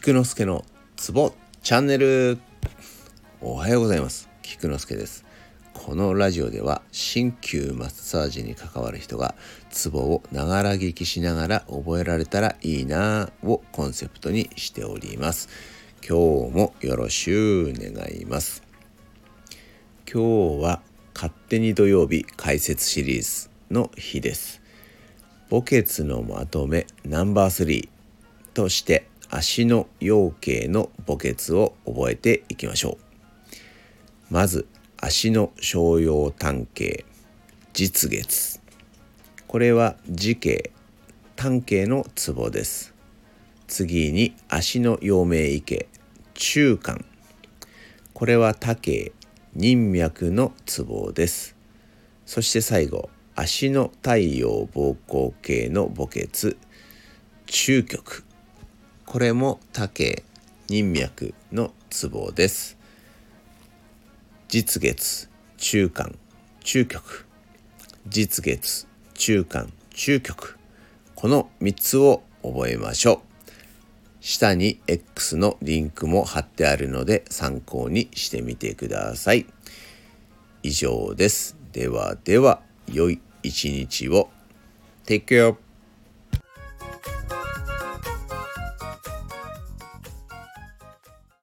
菊之助のツボチャンネル。おはようございます。菊之助です。このラジオでは鍼灸マッサージに関わる人がツボをながら聞きしながら覚えられたらいいなをコンセプトにしております。今日もよろしゅう願います。今日は勝手に土曜日解説シリーズの日です。墓穴のまとめナンバー3として足の陽経の墓穴を覚えていきましょう。まず足の小腰短経実月、これは耳経短経のツボです。次に足の陽明位経中間、これは多経任脈のツボです。そして最後足の太陽膀胱経の墓穴中極、これも多経任脈のツボです。実月中間中極、実月中間中極、この3つを覚えましょう。下に X のリンクも貼ってあるので参考にしてみてください。以上です。ではでは良い一日を。Take care.